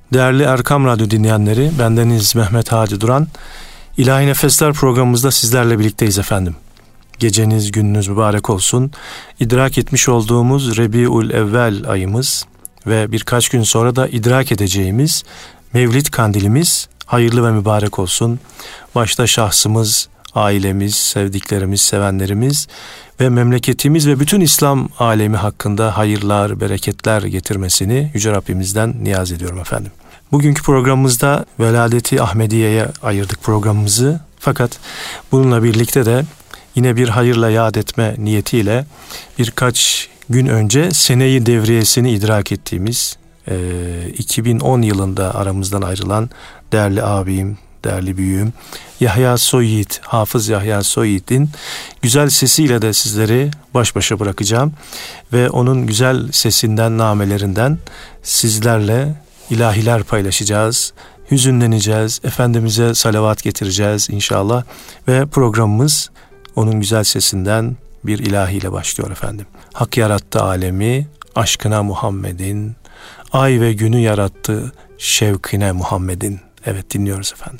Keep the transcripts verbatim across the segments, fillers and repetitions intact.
Değerli Erkam Radyo dinleyenleri, bendeniz Mehmet Hadi Duran. İlahi Nefesler programımızda sizlerle birlikteyiz efendim. Geceniz, gününüz mübarek olsun. İdrak etmiş olduğumuz Rebi'ül Evvel ayımız ve birkaç gün sonra da idrak edeceğimiz Mevlid Kandilimiz hayırlı ve mübarek olsun. Başta şahsımız, ailemiz, sevdiklerimiz, sevenlerimiz ve memleketimiz ve bütün İslam alemi hakkında hayırlar, bereketler getirmesini Yüce Rabbimizden niyaz ediyorum efendim. Bugünkü programımızda Veladeti Ahmediye'ye ayırdık programımızı. Fakat bununla birlikte de yine bir hayırla yad etme niyetiyle birkaç gün önce Sene-i Devriyesini idrak ettiğimiz e, iki bin on yılında aramızdan ayrılan değerli abim, değerli büyüğüm Yahya Soyyiğit, Hafız Yahya Soyyiğit'in güzel sesiyle de sizleri baş başa bırakacağım. Ve onun güzel sesinden, namelerinden sizlerle ilahiler paylaşacağız. Hüzünleneceğiz, Efendimiz'e salavat getireceğiz inşallah. Ve programımız onun güzel sesinden bir ilahiyle başlıyor efendim. Hak yarattı alemi, aşkına Muhammed'in, ay ve günü yarattı, şevkine Muhammed'in. Evet, dinliyoruz efendim.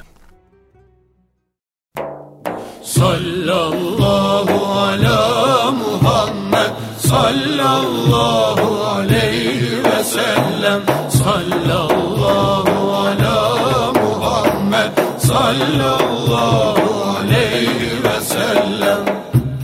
Sallallahu ala Muhammed, sallallahu aleyhi ve sellem, sallallahu ala Muhammed, sallallahu aleyhi ve sellem.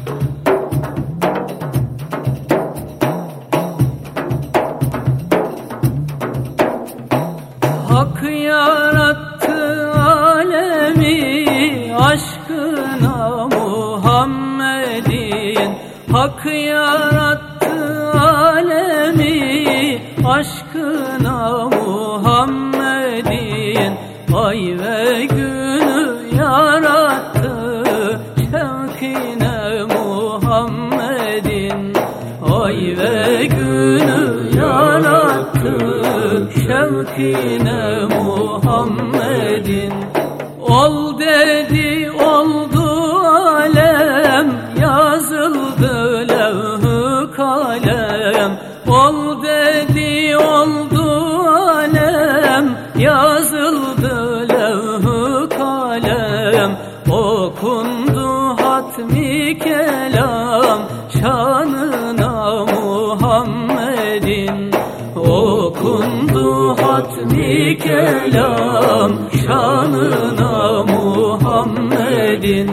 Hak yarattı alemi, aşkına Muhammed'in. Hak yarattı alemi, aşkına Muhammed'in. Ay ve günü yarattı, şevkine Muhammed'in. Ay ve günü yarattı, şevkine Muhammed'in. Ol dedi oldu alem, yazıldı levh-ı kalem. Ol dedi oldu alem, yazıldı levh-ı kalem. Okundu hatmi kelam, şanına Muhammed'in. Okundu hatmi kelam, şanına Muhammed'in.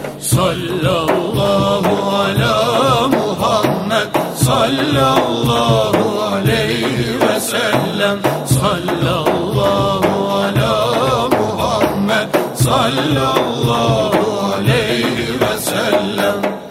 Sallallahu ala Muhammed, sallallahu aleyhi ve sellem, sallallahu ala Muhammed, sallallahu aleyhi ve sellem.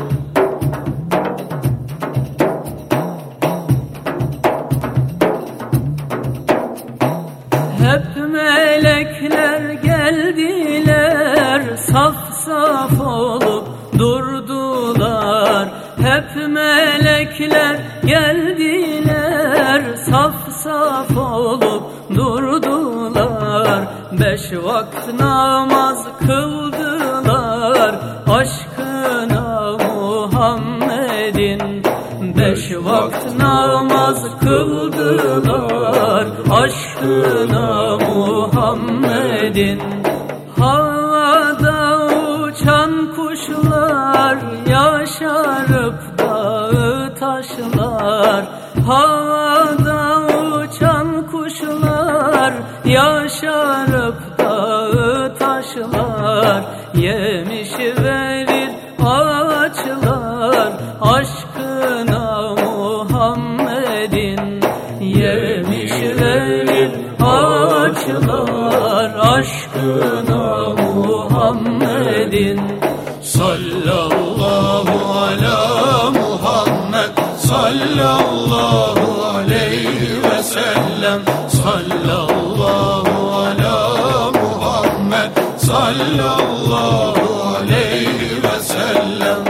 Hep melekler geldiler, saf saf olup durdular. Hep melekler geldiler, saf saf olup durdular. Beş vakit namaz kıldılar, aşkına Muhammed'in. Beş vakit namaz kıldılar, aşkına Muhammed'in. Havada uçan kuşlar, yaşarıp dağı taşlar. Havada uçan kuşlar, yaşarıp dağı taşlar. Yemiş verir ağaçlar, aşkına Muhammed'in. Yemiş verir ağaçlar, aşkına Muhammed'in. Sallallahu ala Muhammed, sallallahu aleyhi ve sellem, sallallahu ala Muhammed, sallallahu aleyhi ve sellem.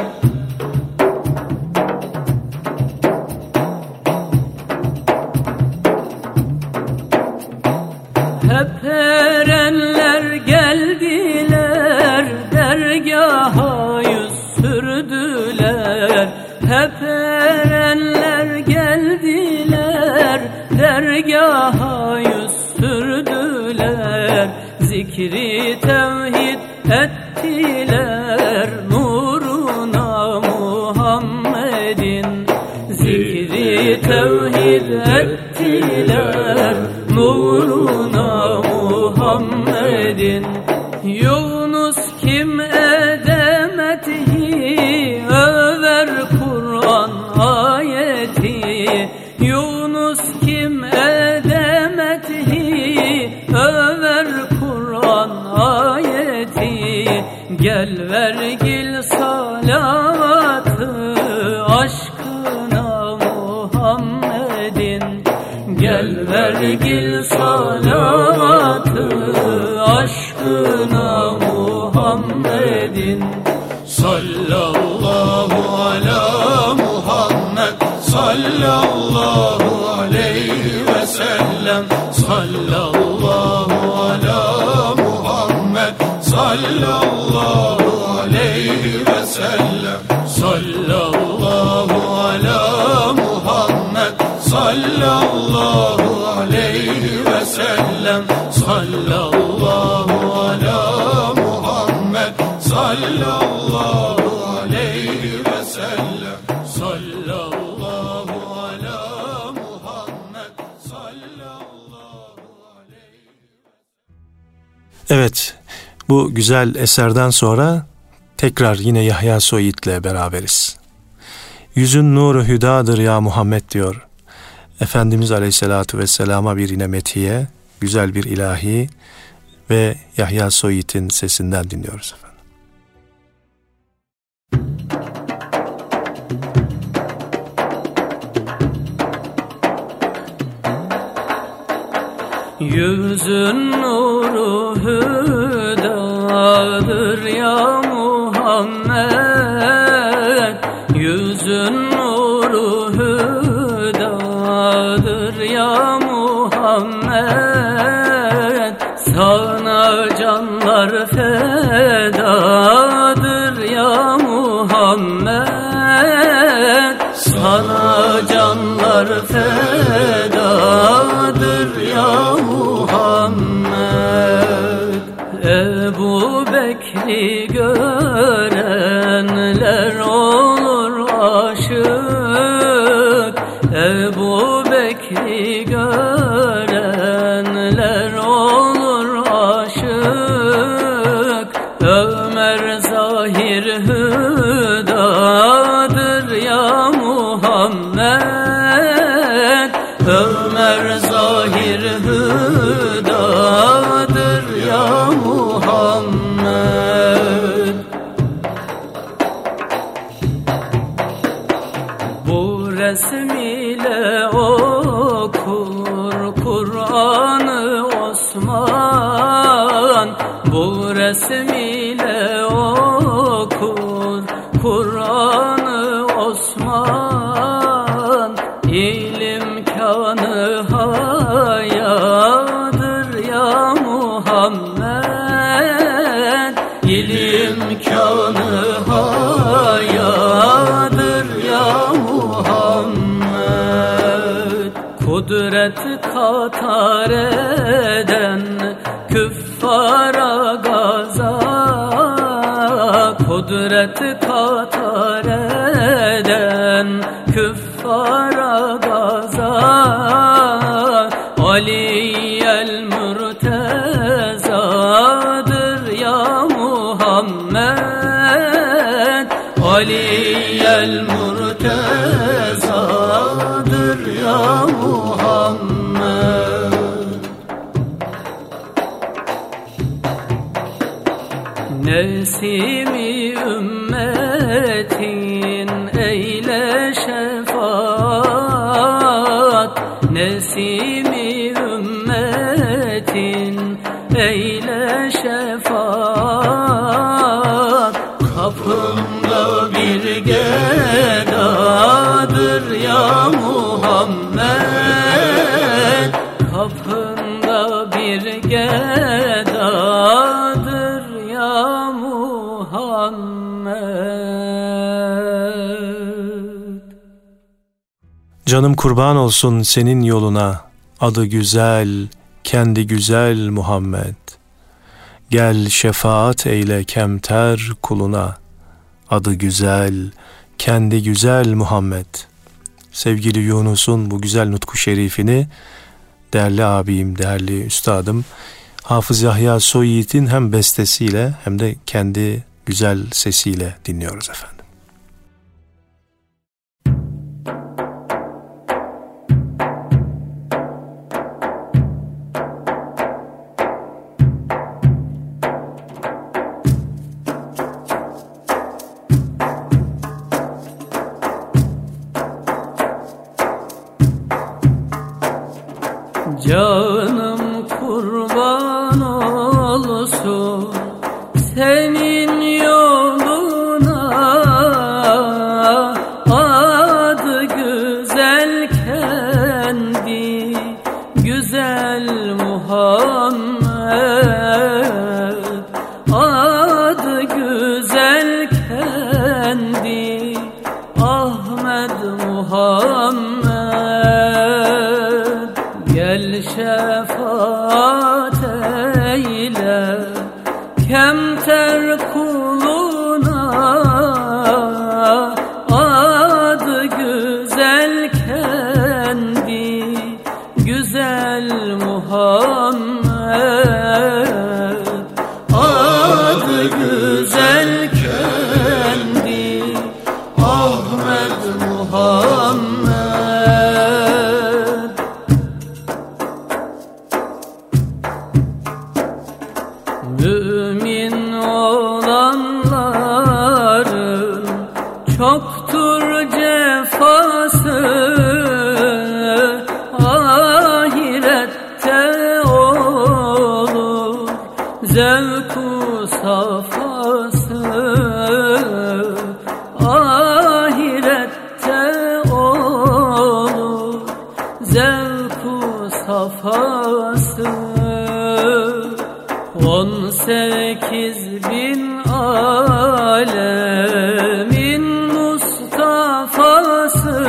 Hep erenler geldiler, dergaha yüz sürdüler. Hep erenler geldiler, dergaha yüz sürdüler. Zikri tevhid ettiler nuruna Muhammed'in. Zikri tevhid ettiler nuruna Muhammed'in. Yunus kim edemetihi över Kur'an ayeti. Yunus kim edemetihi över Kur'an ayeti. Gel vergil salatı aşkına Muhammed'in. Gel vergil salatı aşkına Muhammed'in. Sallallahu ala Muhammed, sallallahu aleyhi ve sellem. Sallallahu ala Muhammed, sallallahu aleyhi ve sellem. Sallallahu ala Muhammed, sallallahu aleyhi ve sellem. Sallallahu ala Muhammed, sallallahu aleyhi ve sellem. Sallallahu ala Muhammed, sallallahu aleyhi. Evet, bu güzel eserden sonra tekrar yine Yahya Soyit'le beraberiz. Yüzün nuru hüdadır ya Muhammed diyor Efendimiz Aleyhisselatü Vesselam'a bir yine metiye, güzel bir ilahi ve Yahya Soyit'in sesinden dinliyoruz efendim. Yüzün nuru hüdadır ya Muhammed. Yüzün nuru hüdadır ya Muhammed. Sana canlar fedadır ya Muhammed. Sana canlar fedadır ya Muhammed. Ebu Bekri görenler olur aşık. Ebu Bekri görenler olur aşık. Ömer zahir hüdadır ya Muhammed. Ömer zahir hüdadır ya Muhammed. Bu resmiyle okur Kur'an-ı Osman. Bu resmiyle okur Kur'an-ı Osman. İlim kanı hayadır ya Muhammed. İlim kanı hayadır ya Muhammed. Kudret katar eden küffara gaza. Kudret katar eden küffara gaza. Ali el Murtezadır ya Muhammed. Ali el Murtezadır ya Muhammed. Nesimi ümmetin eyle şefaat. Nesimi ümmetin eyle şefaat. Kapımda bir gedadır ya Muhammed. Kapında bir gedadır ya Muhammed. Canım kurban olsun senin yoluna, adı güzel, kendi güzel Muhammed. Gel şefaat eyle kemter kuluna, adı güzel, kendi güzel Muhammed. Sevgili Yunus'un bu güzel nutku şerifini değerli abim, değerli üstadım Hafız Yahya Soyyiğit'in hem bestesiyle hem de kendi güzel sesiyle dinliyoruz efendim. Canım kurban olsun senin yoluna, adı güzel kendi güzel Muhammed, adı güzel kendi Ahmet Muhammed. Gel şefaat eyle kemter kuluna, adı güzel kendi güzel Muhammed, adı güzel kendi Ahmet Muhammed. Mümin olanların çoktur cefası, ahirette olur zevku safası, ahirette olur zevku safası. On sekiz bin alemin Mustafa'sı,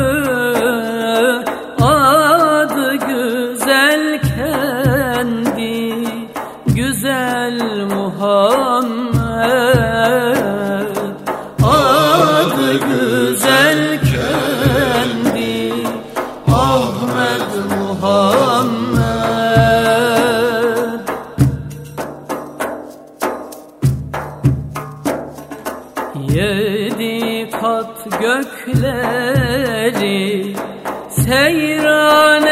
adı güzel kendi güzel Muhammed, adı güzel kendi Ahmet Muhammed. Yedi kat gökleri seyran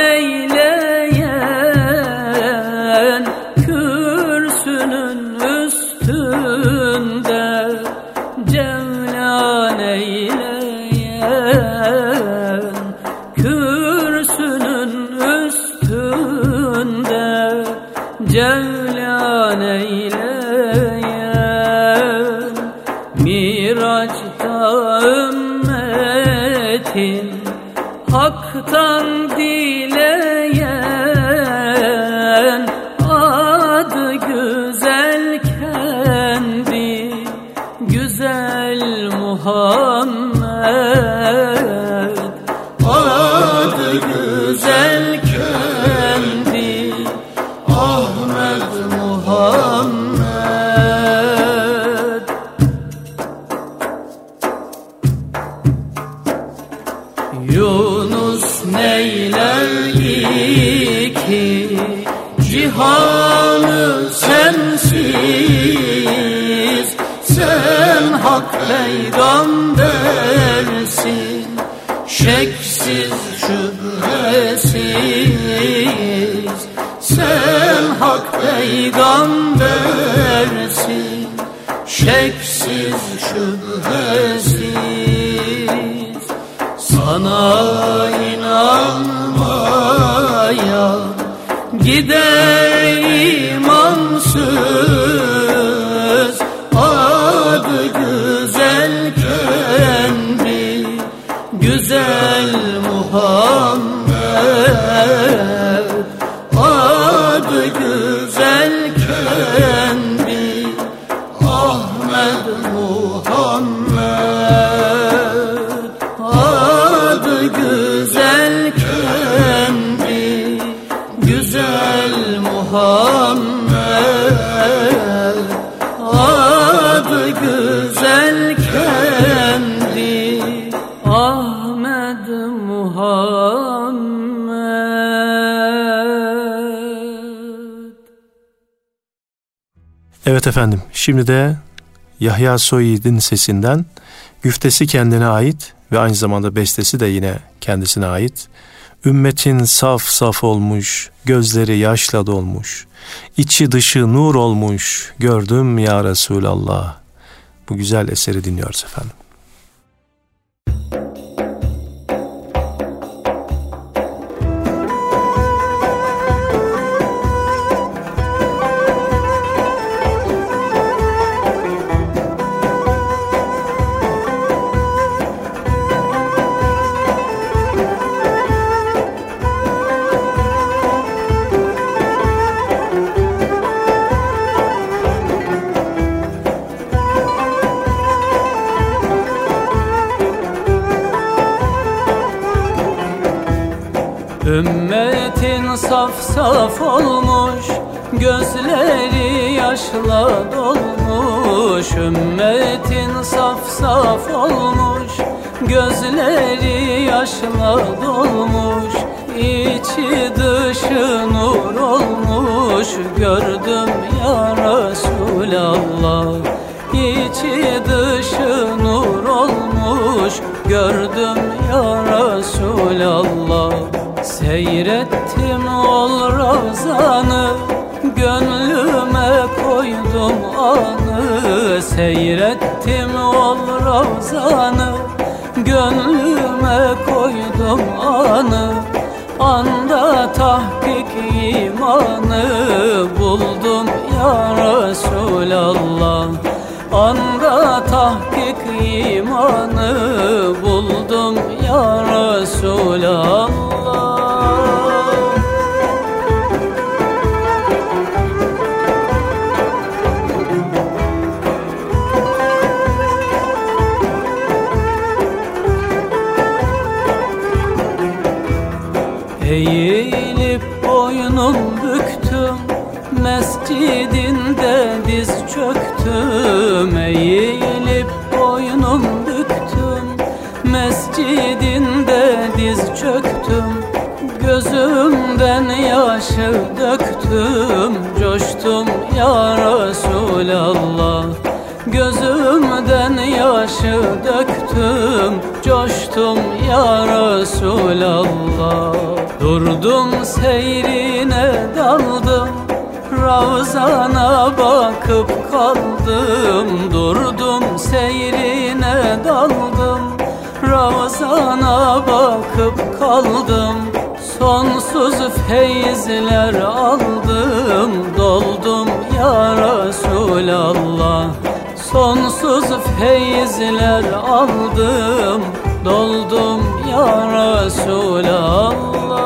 eyleyen, kürsünün üstünde cevlan eyleyen, kürsünün üstünde cevlan eyleyen, Miraç'ta ümmetin haktan dileyen, adı güzel kendi güzel Muhammed, adı güzel kendi Ahmet Muhammed. Yunus neyler iki cihanı sensiz, sen hak peygambersin şeksiz şüphesiz, sen hak peygambersin şeksiz şüphesiz. Sana inanmaya gider imansız, adı güzel kendi güzel Muhammed, adı güzel kendi Ahmet Muhammed, adı güzel kendi güzel Muhammed. Evet efendim, şimdi de Yahya Soyyiğit'in sesinden güftesi kendine ait ve aynı zamanda bestesi de yine kendisine ait. Ümmetin saf saf olmuş, gözleri yaşla dolmuş, içi dışı nur olmuş, gördüm ya Resulallah. Bu güzel eseri dinliyoruz efendim. Ümmetin saf saf olmuş, gözleri yaşla dolmuş. Ümmetin saf saf olmuş, gözleri yaşla dolmuş. İçi dışı nur olmuş, gördüm ya Resulallah. İçi dışı nur olmuş, gördüm ya Resulallah. Seyrettim ol ravzanı, gönlüme koydum anı. Seyrettim ol ravzanı, gönlüme koydum anı. Anda tahkik imanı buldum ya Resulallah. Anda tahkik imanı buldum ya Resulallah. Eğilip boynum büktüm, mescidinde diz çöktüm. Eğilip boynum büktüm, mescidinde diz çöktüm. Gözümden yaşı döktüm, coştum ya Resulallah. Gözümden yaşı döktüm, coştum ya Resulallah. Durdum seyrine daldım, Ravzana bakıp kaldım. Durdum seyrine daldım, Ravzana bakıp kaldım. Sonsuz feyizler aldım, doldum ya Resulallah. Sonsuz feyizler aldım, doldum ya Resulallah.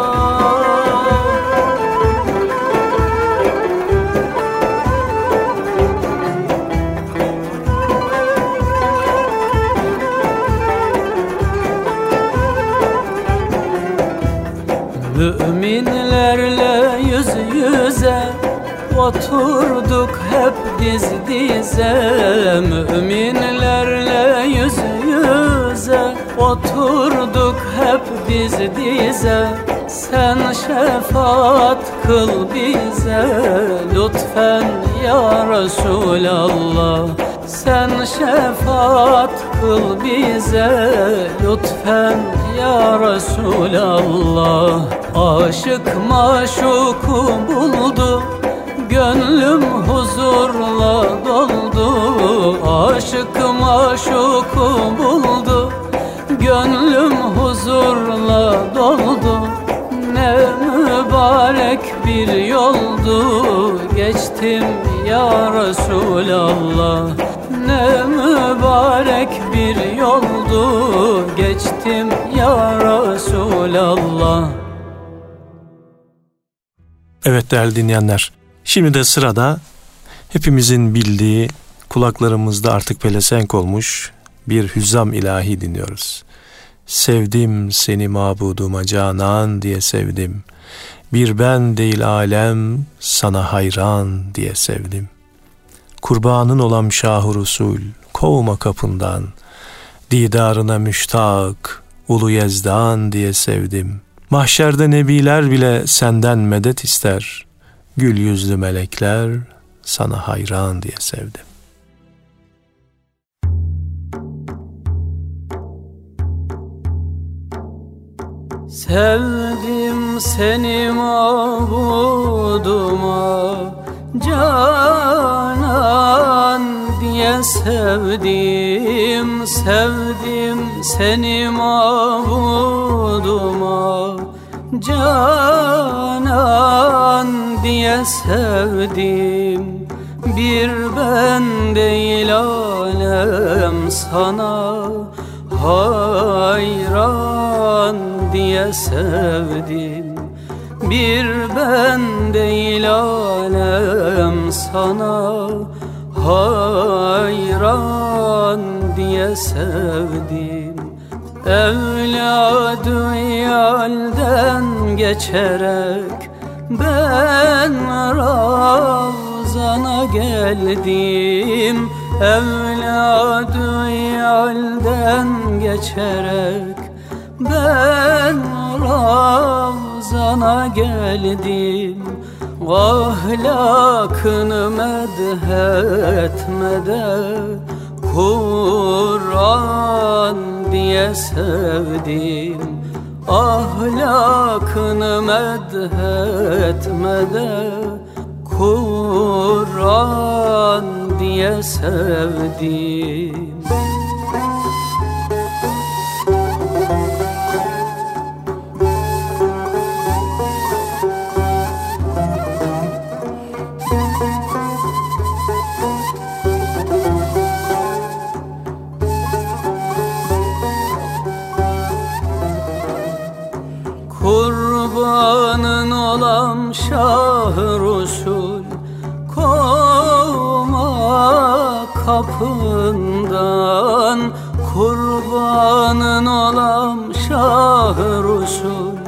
Müminlerle yüz yüze oturduk hep diz dize. Müminlerle yüz yüze oturduk hep diz dize. Sen şefaat kıl bize lütfen ya Resulallah. Sen şefaat kıl bize lütfen ya Resulallah. Aşık maşuku buldu, gönlüm huzurla doldu. Aşık maşuku buldu, gönlüm huzurla doldu. Ne mübarek bir yoldu, geçtim ya Resulallah. Ne mübarek bir yoldu, geçtim ya Resulallah. Evet değerli dinleyenler, şimdi de sırada hepimizin bildiği, kulaklarımızda artık pelesenk olmuş bir hüzzam ilahi dinliyoruz. Sevdim seni mabuduma canan diye sevdim. Bir ben değil alem sana hayran diye sevdim. Kurbanın olam Şah-ı Resul kovma kapından. Didarına müştak ulu Yezdan diye sevdim. Mahşerde nebiler bile senden medet ister. Gül yüzlü melekler sana hayran diye sevdim. Sevdim seni mabuduma, canan diye sevdim. Sevdim seni mabuduma, canan diye sevdim. Bir ben değil alem sana hayran diye sevdim. Bir ben değil alem sana hayran diye sevdim. Evladı iyalden geçerek ben Ravzana geldim. Evladı iyalden geçerek ben Ravzana geldim. Ahlakını medhetmede Kur'an diye sevdim. Ahlakını medhetmede Kur'an diye sevdim. Kurbanın olam Şah-ı Resul, kovma kapından. Kurbanın olam Şah-ı Resul,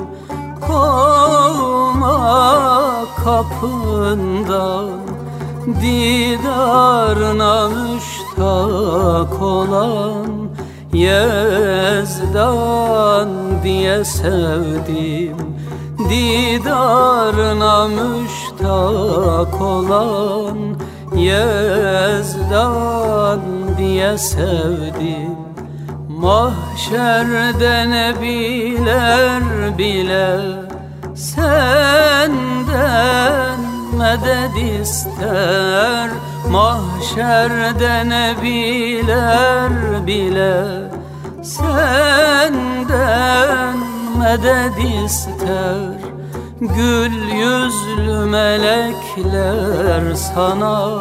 kovma kapından. Didarına müştak olan Yezdan diye sevdim. Didarına müştak olan Yezdan diye sevdim. Mahşerde nebiler bile senden medet ister. Mahşerde nebiler bile senden medet ister. Gül yüzlü melekler sana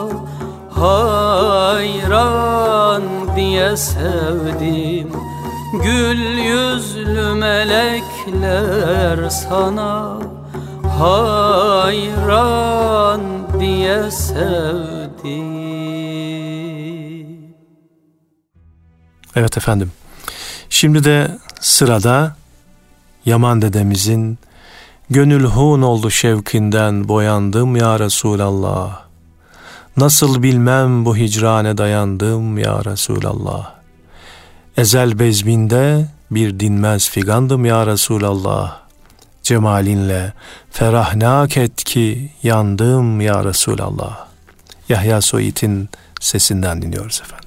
hayran diye sevdim. Gül yüzlü melekler sana hayran diye sevdim. Evet efendim. Şimdi de sırada Yaman dedemizin gönül hun oldu şevkinden boyandım ya Resulallah. Nasıl bilmem bu hicrane dayandım ya Resulallah. Ezel bezminde bir dinmez figandım ya Resulallah. Cemalinle ferahnak et ki yandım ya Resulallah. Yahya Soyit'in sesinden dinliyoruz efendim.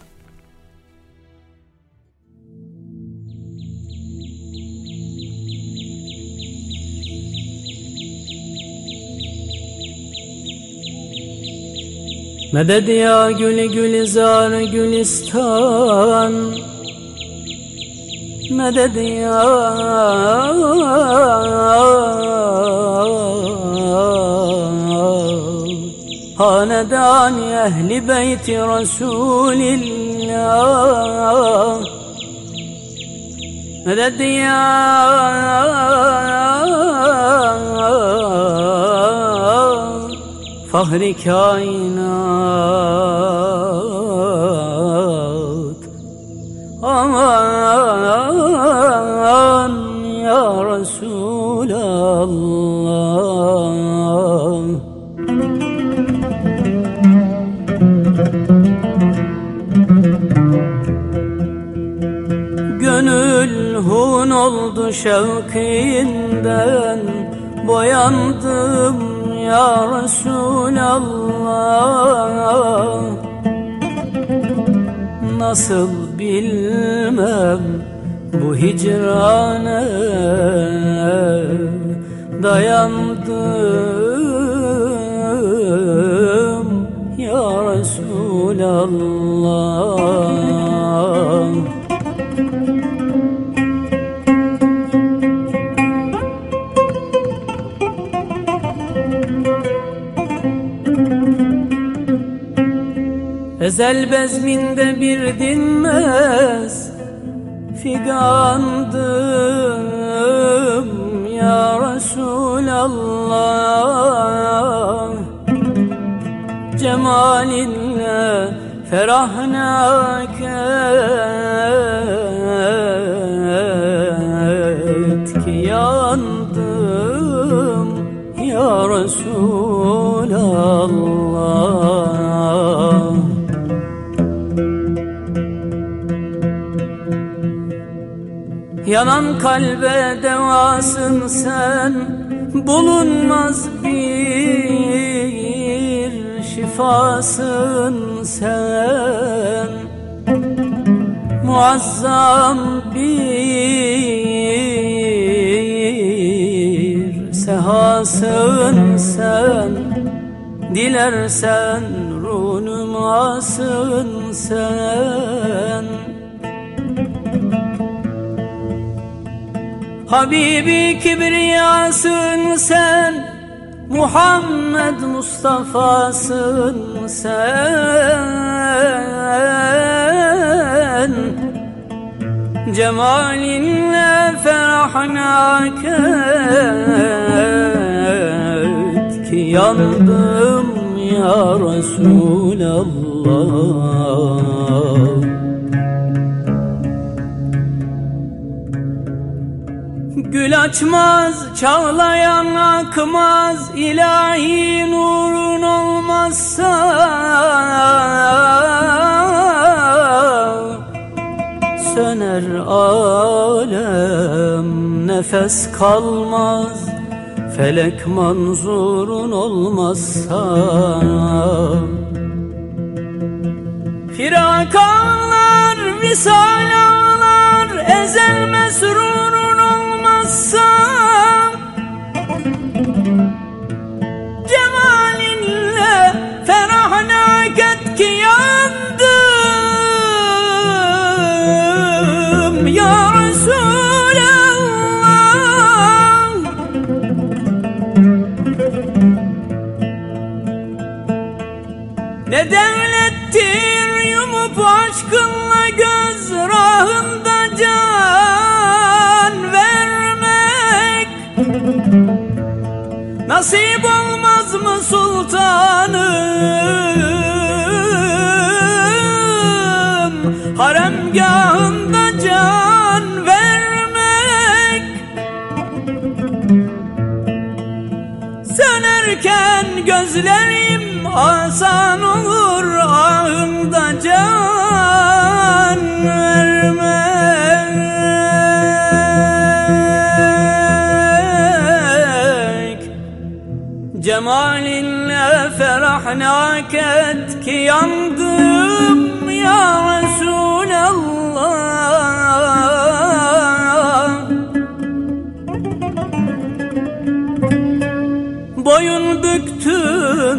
Medet ya gülü gülizar gülistan, medet ya hanedan ehli beyti Resulillah. Medet ya fahri kainat, aman ya Resulallah. Gönül hun oldu şevkinden boyandım ya Resulallah. nasıl bilmem bu hicrane dayandım ya Resulallah. Ezel bezminde bir dinmez figandım ya Resulallah. Cemalinle ferahnak et ki yandım ya Resulallah. Yanan kalbe devasın sen, bulunmaz bir şifasın sen. Muazzam bir sehasın sen, dilersen runumasın sen. Habibi kibriyasın sen, Muhammed Mustafa'sın sen. Cemalinle ferahnak et ki yandım ya Resulallah. Gül açmaz, çağlayan akmaz, ilahi nurun olmazsa. Söner alem, nefes kalmaz, felek manzurun olmazsa. Firak ağlar, visal ağlar, ezel mesrurun olmazsa. Cemalinle ferahnak et ki yandım ya Resulallah. Ne devlettir yumup aşkınla göz rahında can vermek. Nasip olmaz mı sultanım, haremgahında can vermek. Sönerken gözlerim asan olur, ahımda can vermek. Cemalinle ferahnak et ki yandım ya Resulallah. Boyun büktüm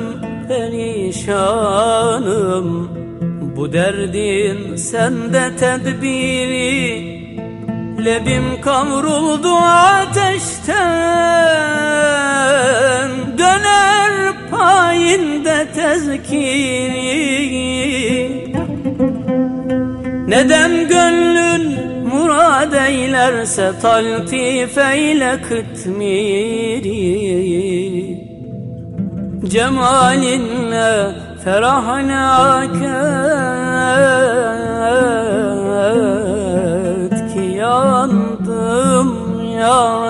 perişanım, bu derdin sende tedbiri. Lebim kavruldu ateşten, döner payinde tezkiri. Neden gönlün murad eylerse taltif eyle kıtmiri. Cemalinle ferahnak et ki yandım ya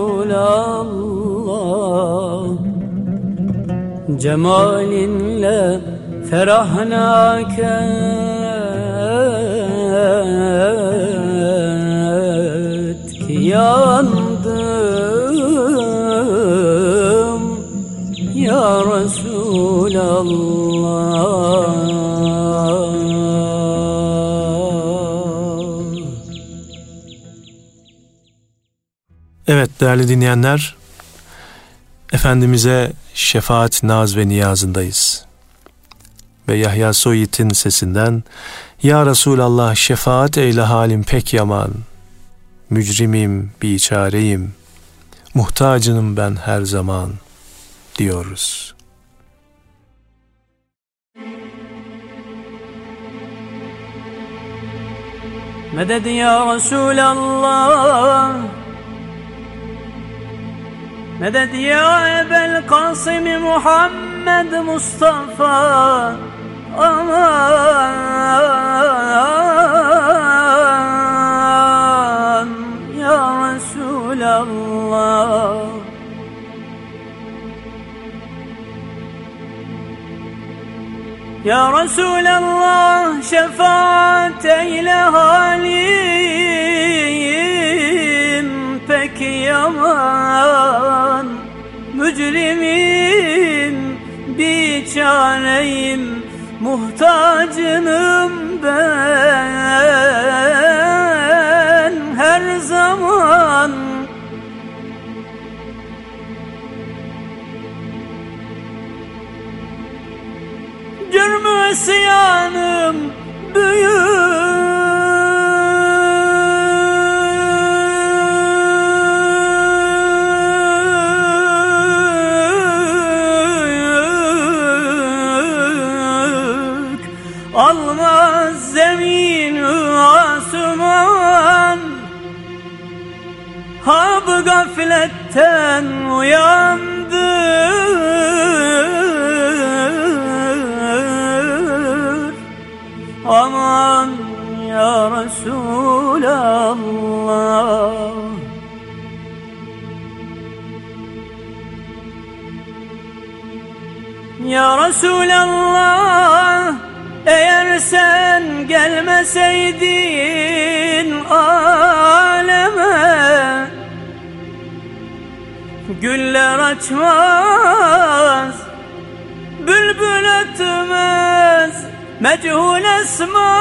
Resulallah. Cemalinle ferahnak et ki yandım ya Resulallah. Evet değerli dinleyenler, Efendimiz'e şefaat, naz ve niyazındayız. Ve Yahya Soyit'in sesinden Ya Resulallah şefaat eyle halim pek yaman, mücrimim, biçareyim, muhtacınım ben her zaman diyoruz. Meded ya Resulallah, meded ya Ebel Kasım Muhammed Mustafa, aman ya Resulallah. Ya Resulallah şefaat eyle halim pek yaman, mücrimim, biçareyim, muhtacınım ben her zaman. Cürmü isyanım büyük, almaz zemin asuman, ha bu gafletten uyandım. Aman ya Resulallah. Ya Resulallah eğer sen gelmeseydin aleme, güller açmaz, bülbül ötmez, mechul esma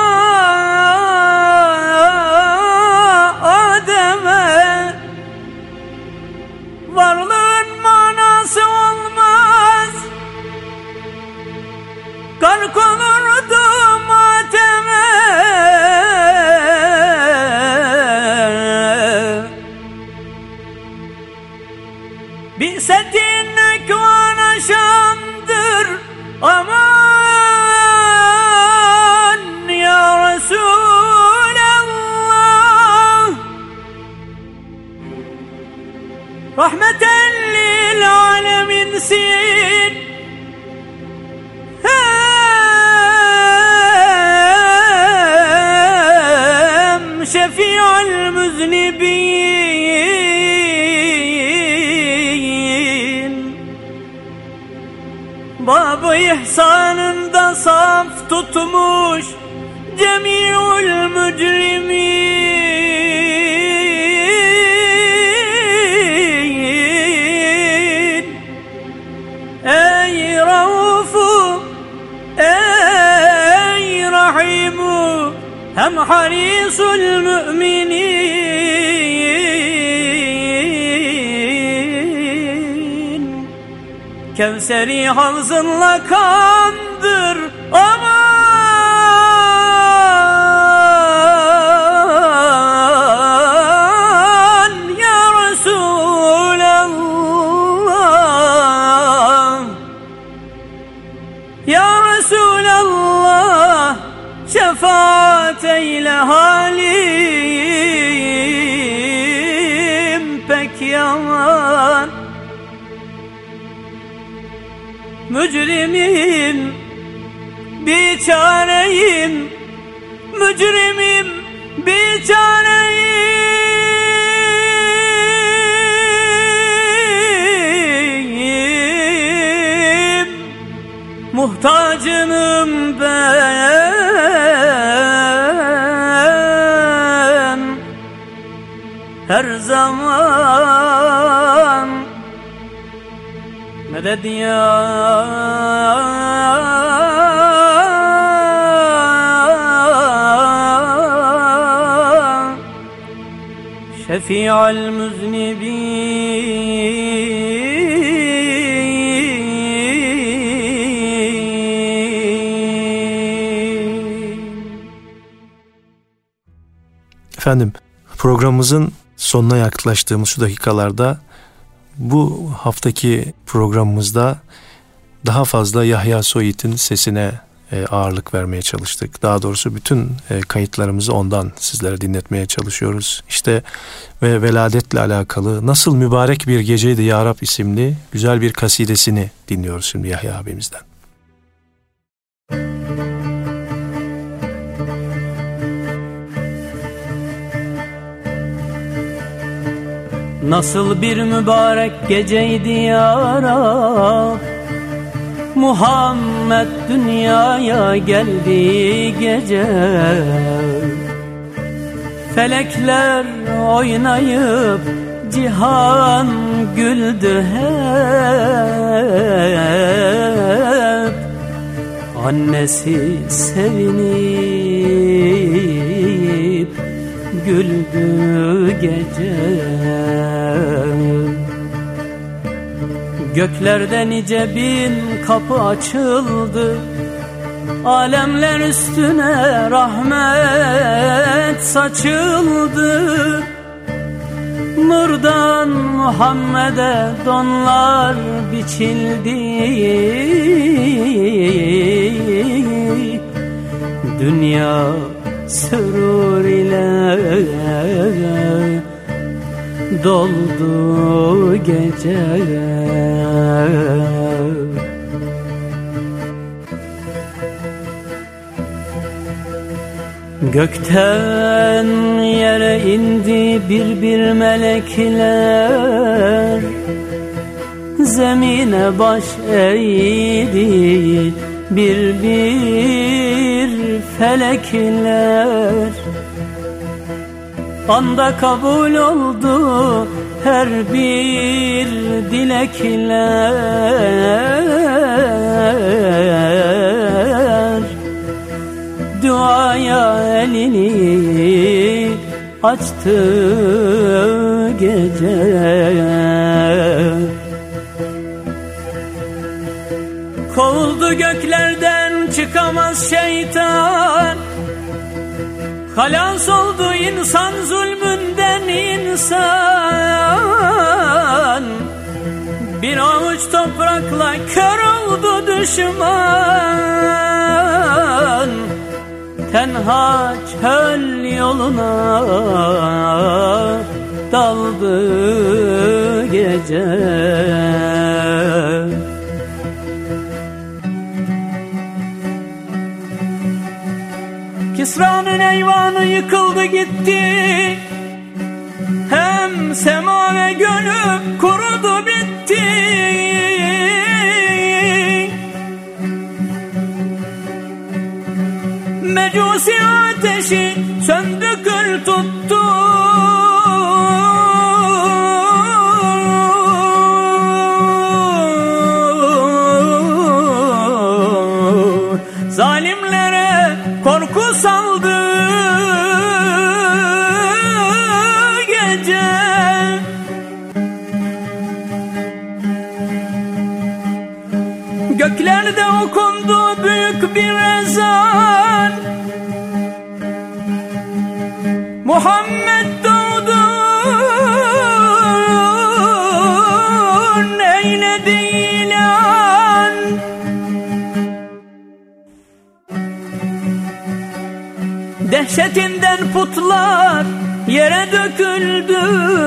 Adem'e, varlığın manası olmaz, gark olurdu mateme. Bi'setin ekvana şandır aman ya Resulallah. Rahmeten lil aleminsin, hem şefi'al müznibin. Bab-ı ihsanında saf tutmuş cemi'ül mücrimin. Ey Raufu, ey Rahimu, hem harisul müminin. Kevseri havzınla kandır aman ya Resulallah. Ya Resulallah şefaat eyle halim pek yaman, mücrimim, biçareyim, mücrimim, biçareyim, muhtacınım ben her zaman. Meded ya şefi'al müznibin. Efendim, programımızın sonuna yaklaştığımız şu dakikalarda bu haftaki programımızda daha fazla Yahya Soyit'in sesine e, ağırlık vermeye çalıştık. Daha doğrusu bütün e, kayıtlarımızı ondan sizlere dinletmeye çalışıyoruz. İşte ve veladetle alakalı Nasıl Mübarek Bir Geceydi Ya Rab isimli güzel bir kasidesini dinliyoruz şimdi Yahya abimizden. Nasıl bir mübarek geceydi ya Rab, Muhammed dünyaya geldiği gece. Felekler oynayıp cihan güldü hep. Annesi sevinip güldü gece. Göklerde nice bin kapı açıldı, alemler üstüne rahmet saçıldı. Nurdan Muhammed'e donlar biçildi. Dünya sürur ile doldu gece. Gökten yere indi bir bir melekler, zemine baş eğdi bir bir felekler. Anda kabul oldu her bir dilekler. Duaya elini açtı gece. Kovuldu göklerden çıkamaz şeytan, halas oldu insan zulmünden insan. Bir avuç toprakla kör oldu düşman. Tenha çöl yoluna daldı gece. Kisra'nın eyvanı yıkıldı gitti, hem sema ve gönül kurudu bitti. Mecusi ateşi söndü kül tuttu. Zalimlere korku saldı gece. Göklerde okundu büyük bir ezan. Muhammed doğdun eyledi ilan. Dehşetinden putlar yere döküldü.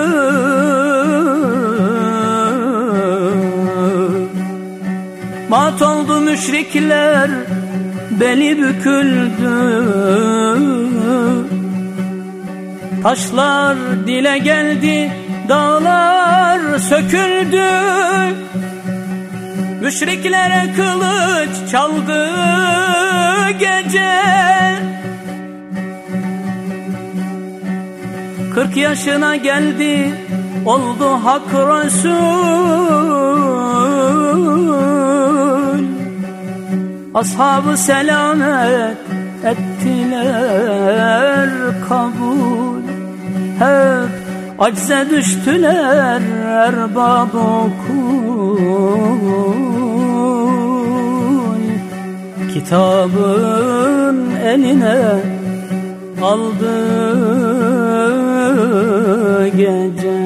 Mat oldu müşrikler, beli büküldü. Taşlar dile geldi, dağlar söküldü. Müşriklere kılıç çaldı gece. Kırk yaşına geldi, oldu Hak Resul. Ashab-ı selamet ettiler kabul. Hep acze düştüler erbab-ı kul. Kitabın eline aldı gece.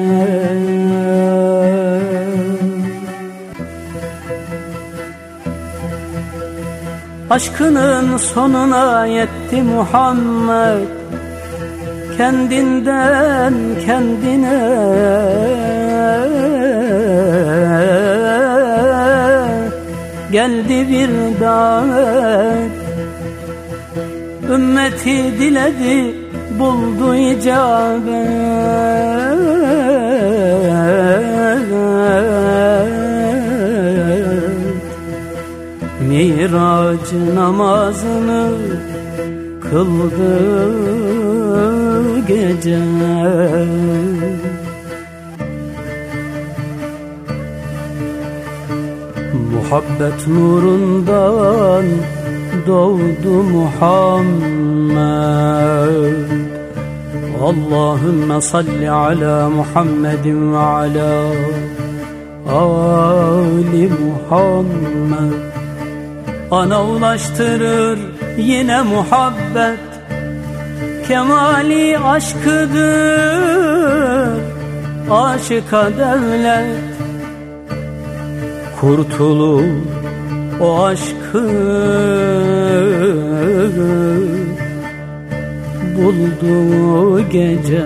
Aşkının sonuna yetti Muhammed, kendinden kendine geldi bir davet. Ümmeti diledi, buldu icabet. Miraç namazını kıldı gece. Muhabbet nurundan doğdu Muhammed. Allahümme salli ala Muhammedin ve ala Ali Muhammed. Ana ulaştırır yine muhabbet, kemali aşkıdır aşıka devlet. Kurtulur o aşkı bulduğu gece.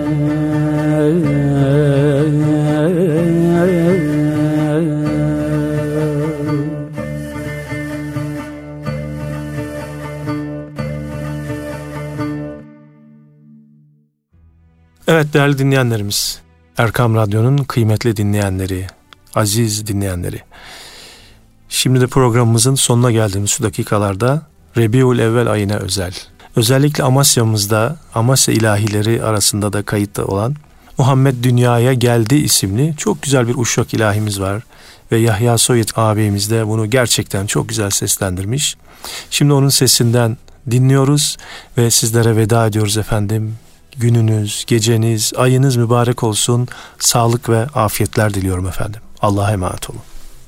Evet değerli dinleyenlerimiz, Erkam Radyo'nun kıymetli dinleyenleri, aziz dinleyenleri. Şimdi de programımızın sonuna geldiğimiz şu dakikalarda Rebiul Evvel ayına özel, özellikle Amasya'mızda, Amasya ilahileri arasında da kayıtlı olan Muhammed Dünyaya Geldi isimli çok güzel bir uşak ilahimiz var. Ve Yahya Soyut ağabeyimiz de bunu gerçekten çok güzel seslendirmiş. Şimdi onun sesinden dinliyoruz ve sizlere veda ediyoruz efendim. Gününüz, geceniz, ayınız mübarek olsun. Sağlık ve afiyetler diliyorum efendim. Allah'a emanet olun.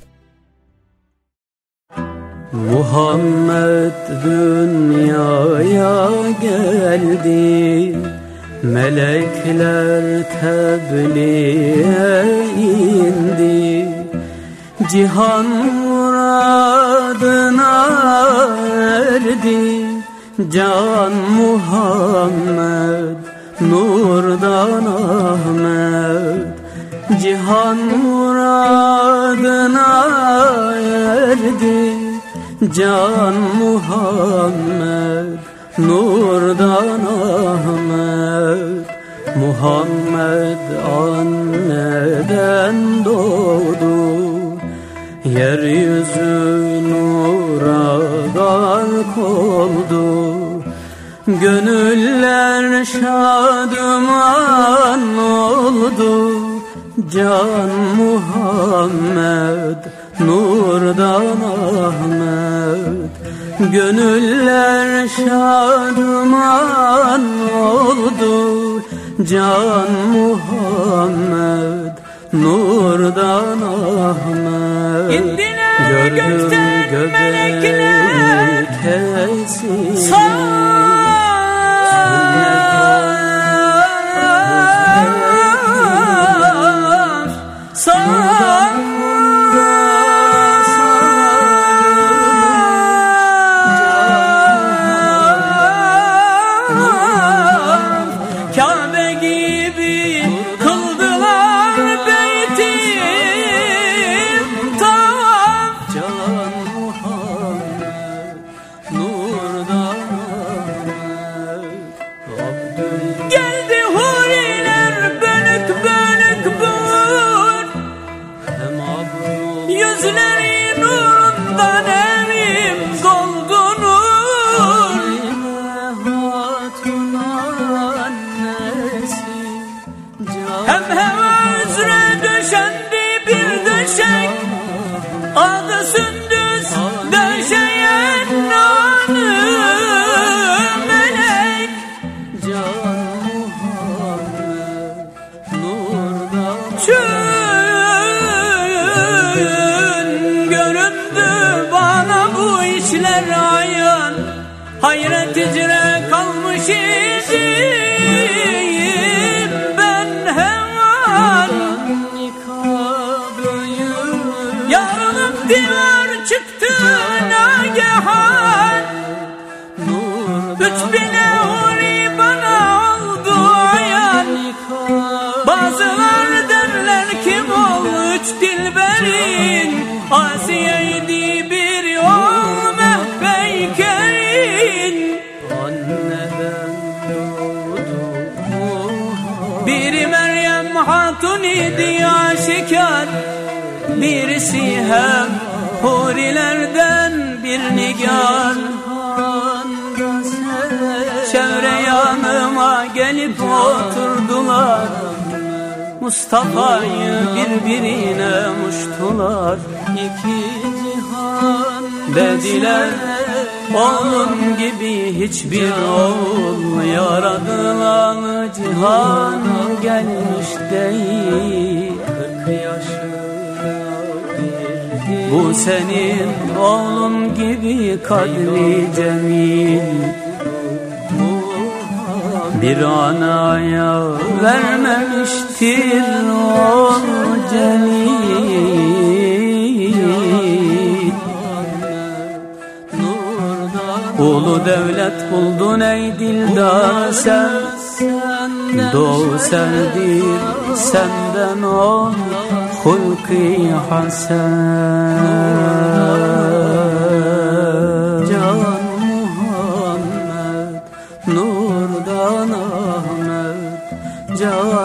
Muhammed dünyaya geldi, melekler tebliğe indi. Cihan muradına erdi, can Muhammed, nurdan Ahmet. Cihan muradına erdi, can Muhammed, nurdan Ahmet. Muhammed anneden doğdu, yeryüzü nura gark oldu. Gönüller şadıman oldu, can Muhammed, nurdan Ahmet. Gönüller şadıman oldu, can Muhammed, nurdan Ahmet. İndiler gökten melekler, kesin hayret icre kalmış idim ben hemen. Yarılıp divar çıktı nagehan, üç bine huri bana oldu ayan. Bazılar derler kim ol üç dilberin, Asiye'ydi bir yol Mehpeyker'in. Biri Meryem Hatun idi aşikar, birisi hem hurilerden bir nigar. Çevre yanıma gelip oturdular, Mustafa'yı birbirine muştular. İki cihan dediler, oğlum gibi hiçbir oğul yaradılan cihan gelmiş değil. Kırk bu senin oğlun gibi kadri cemil, bir anaya vermemiştir o celil. Ulu devlet buldun ey dildar sen, doğu serdir senden ol hulki hasen. Can Muhammed, nurdan Ahmet, can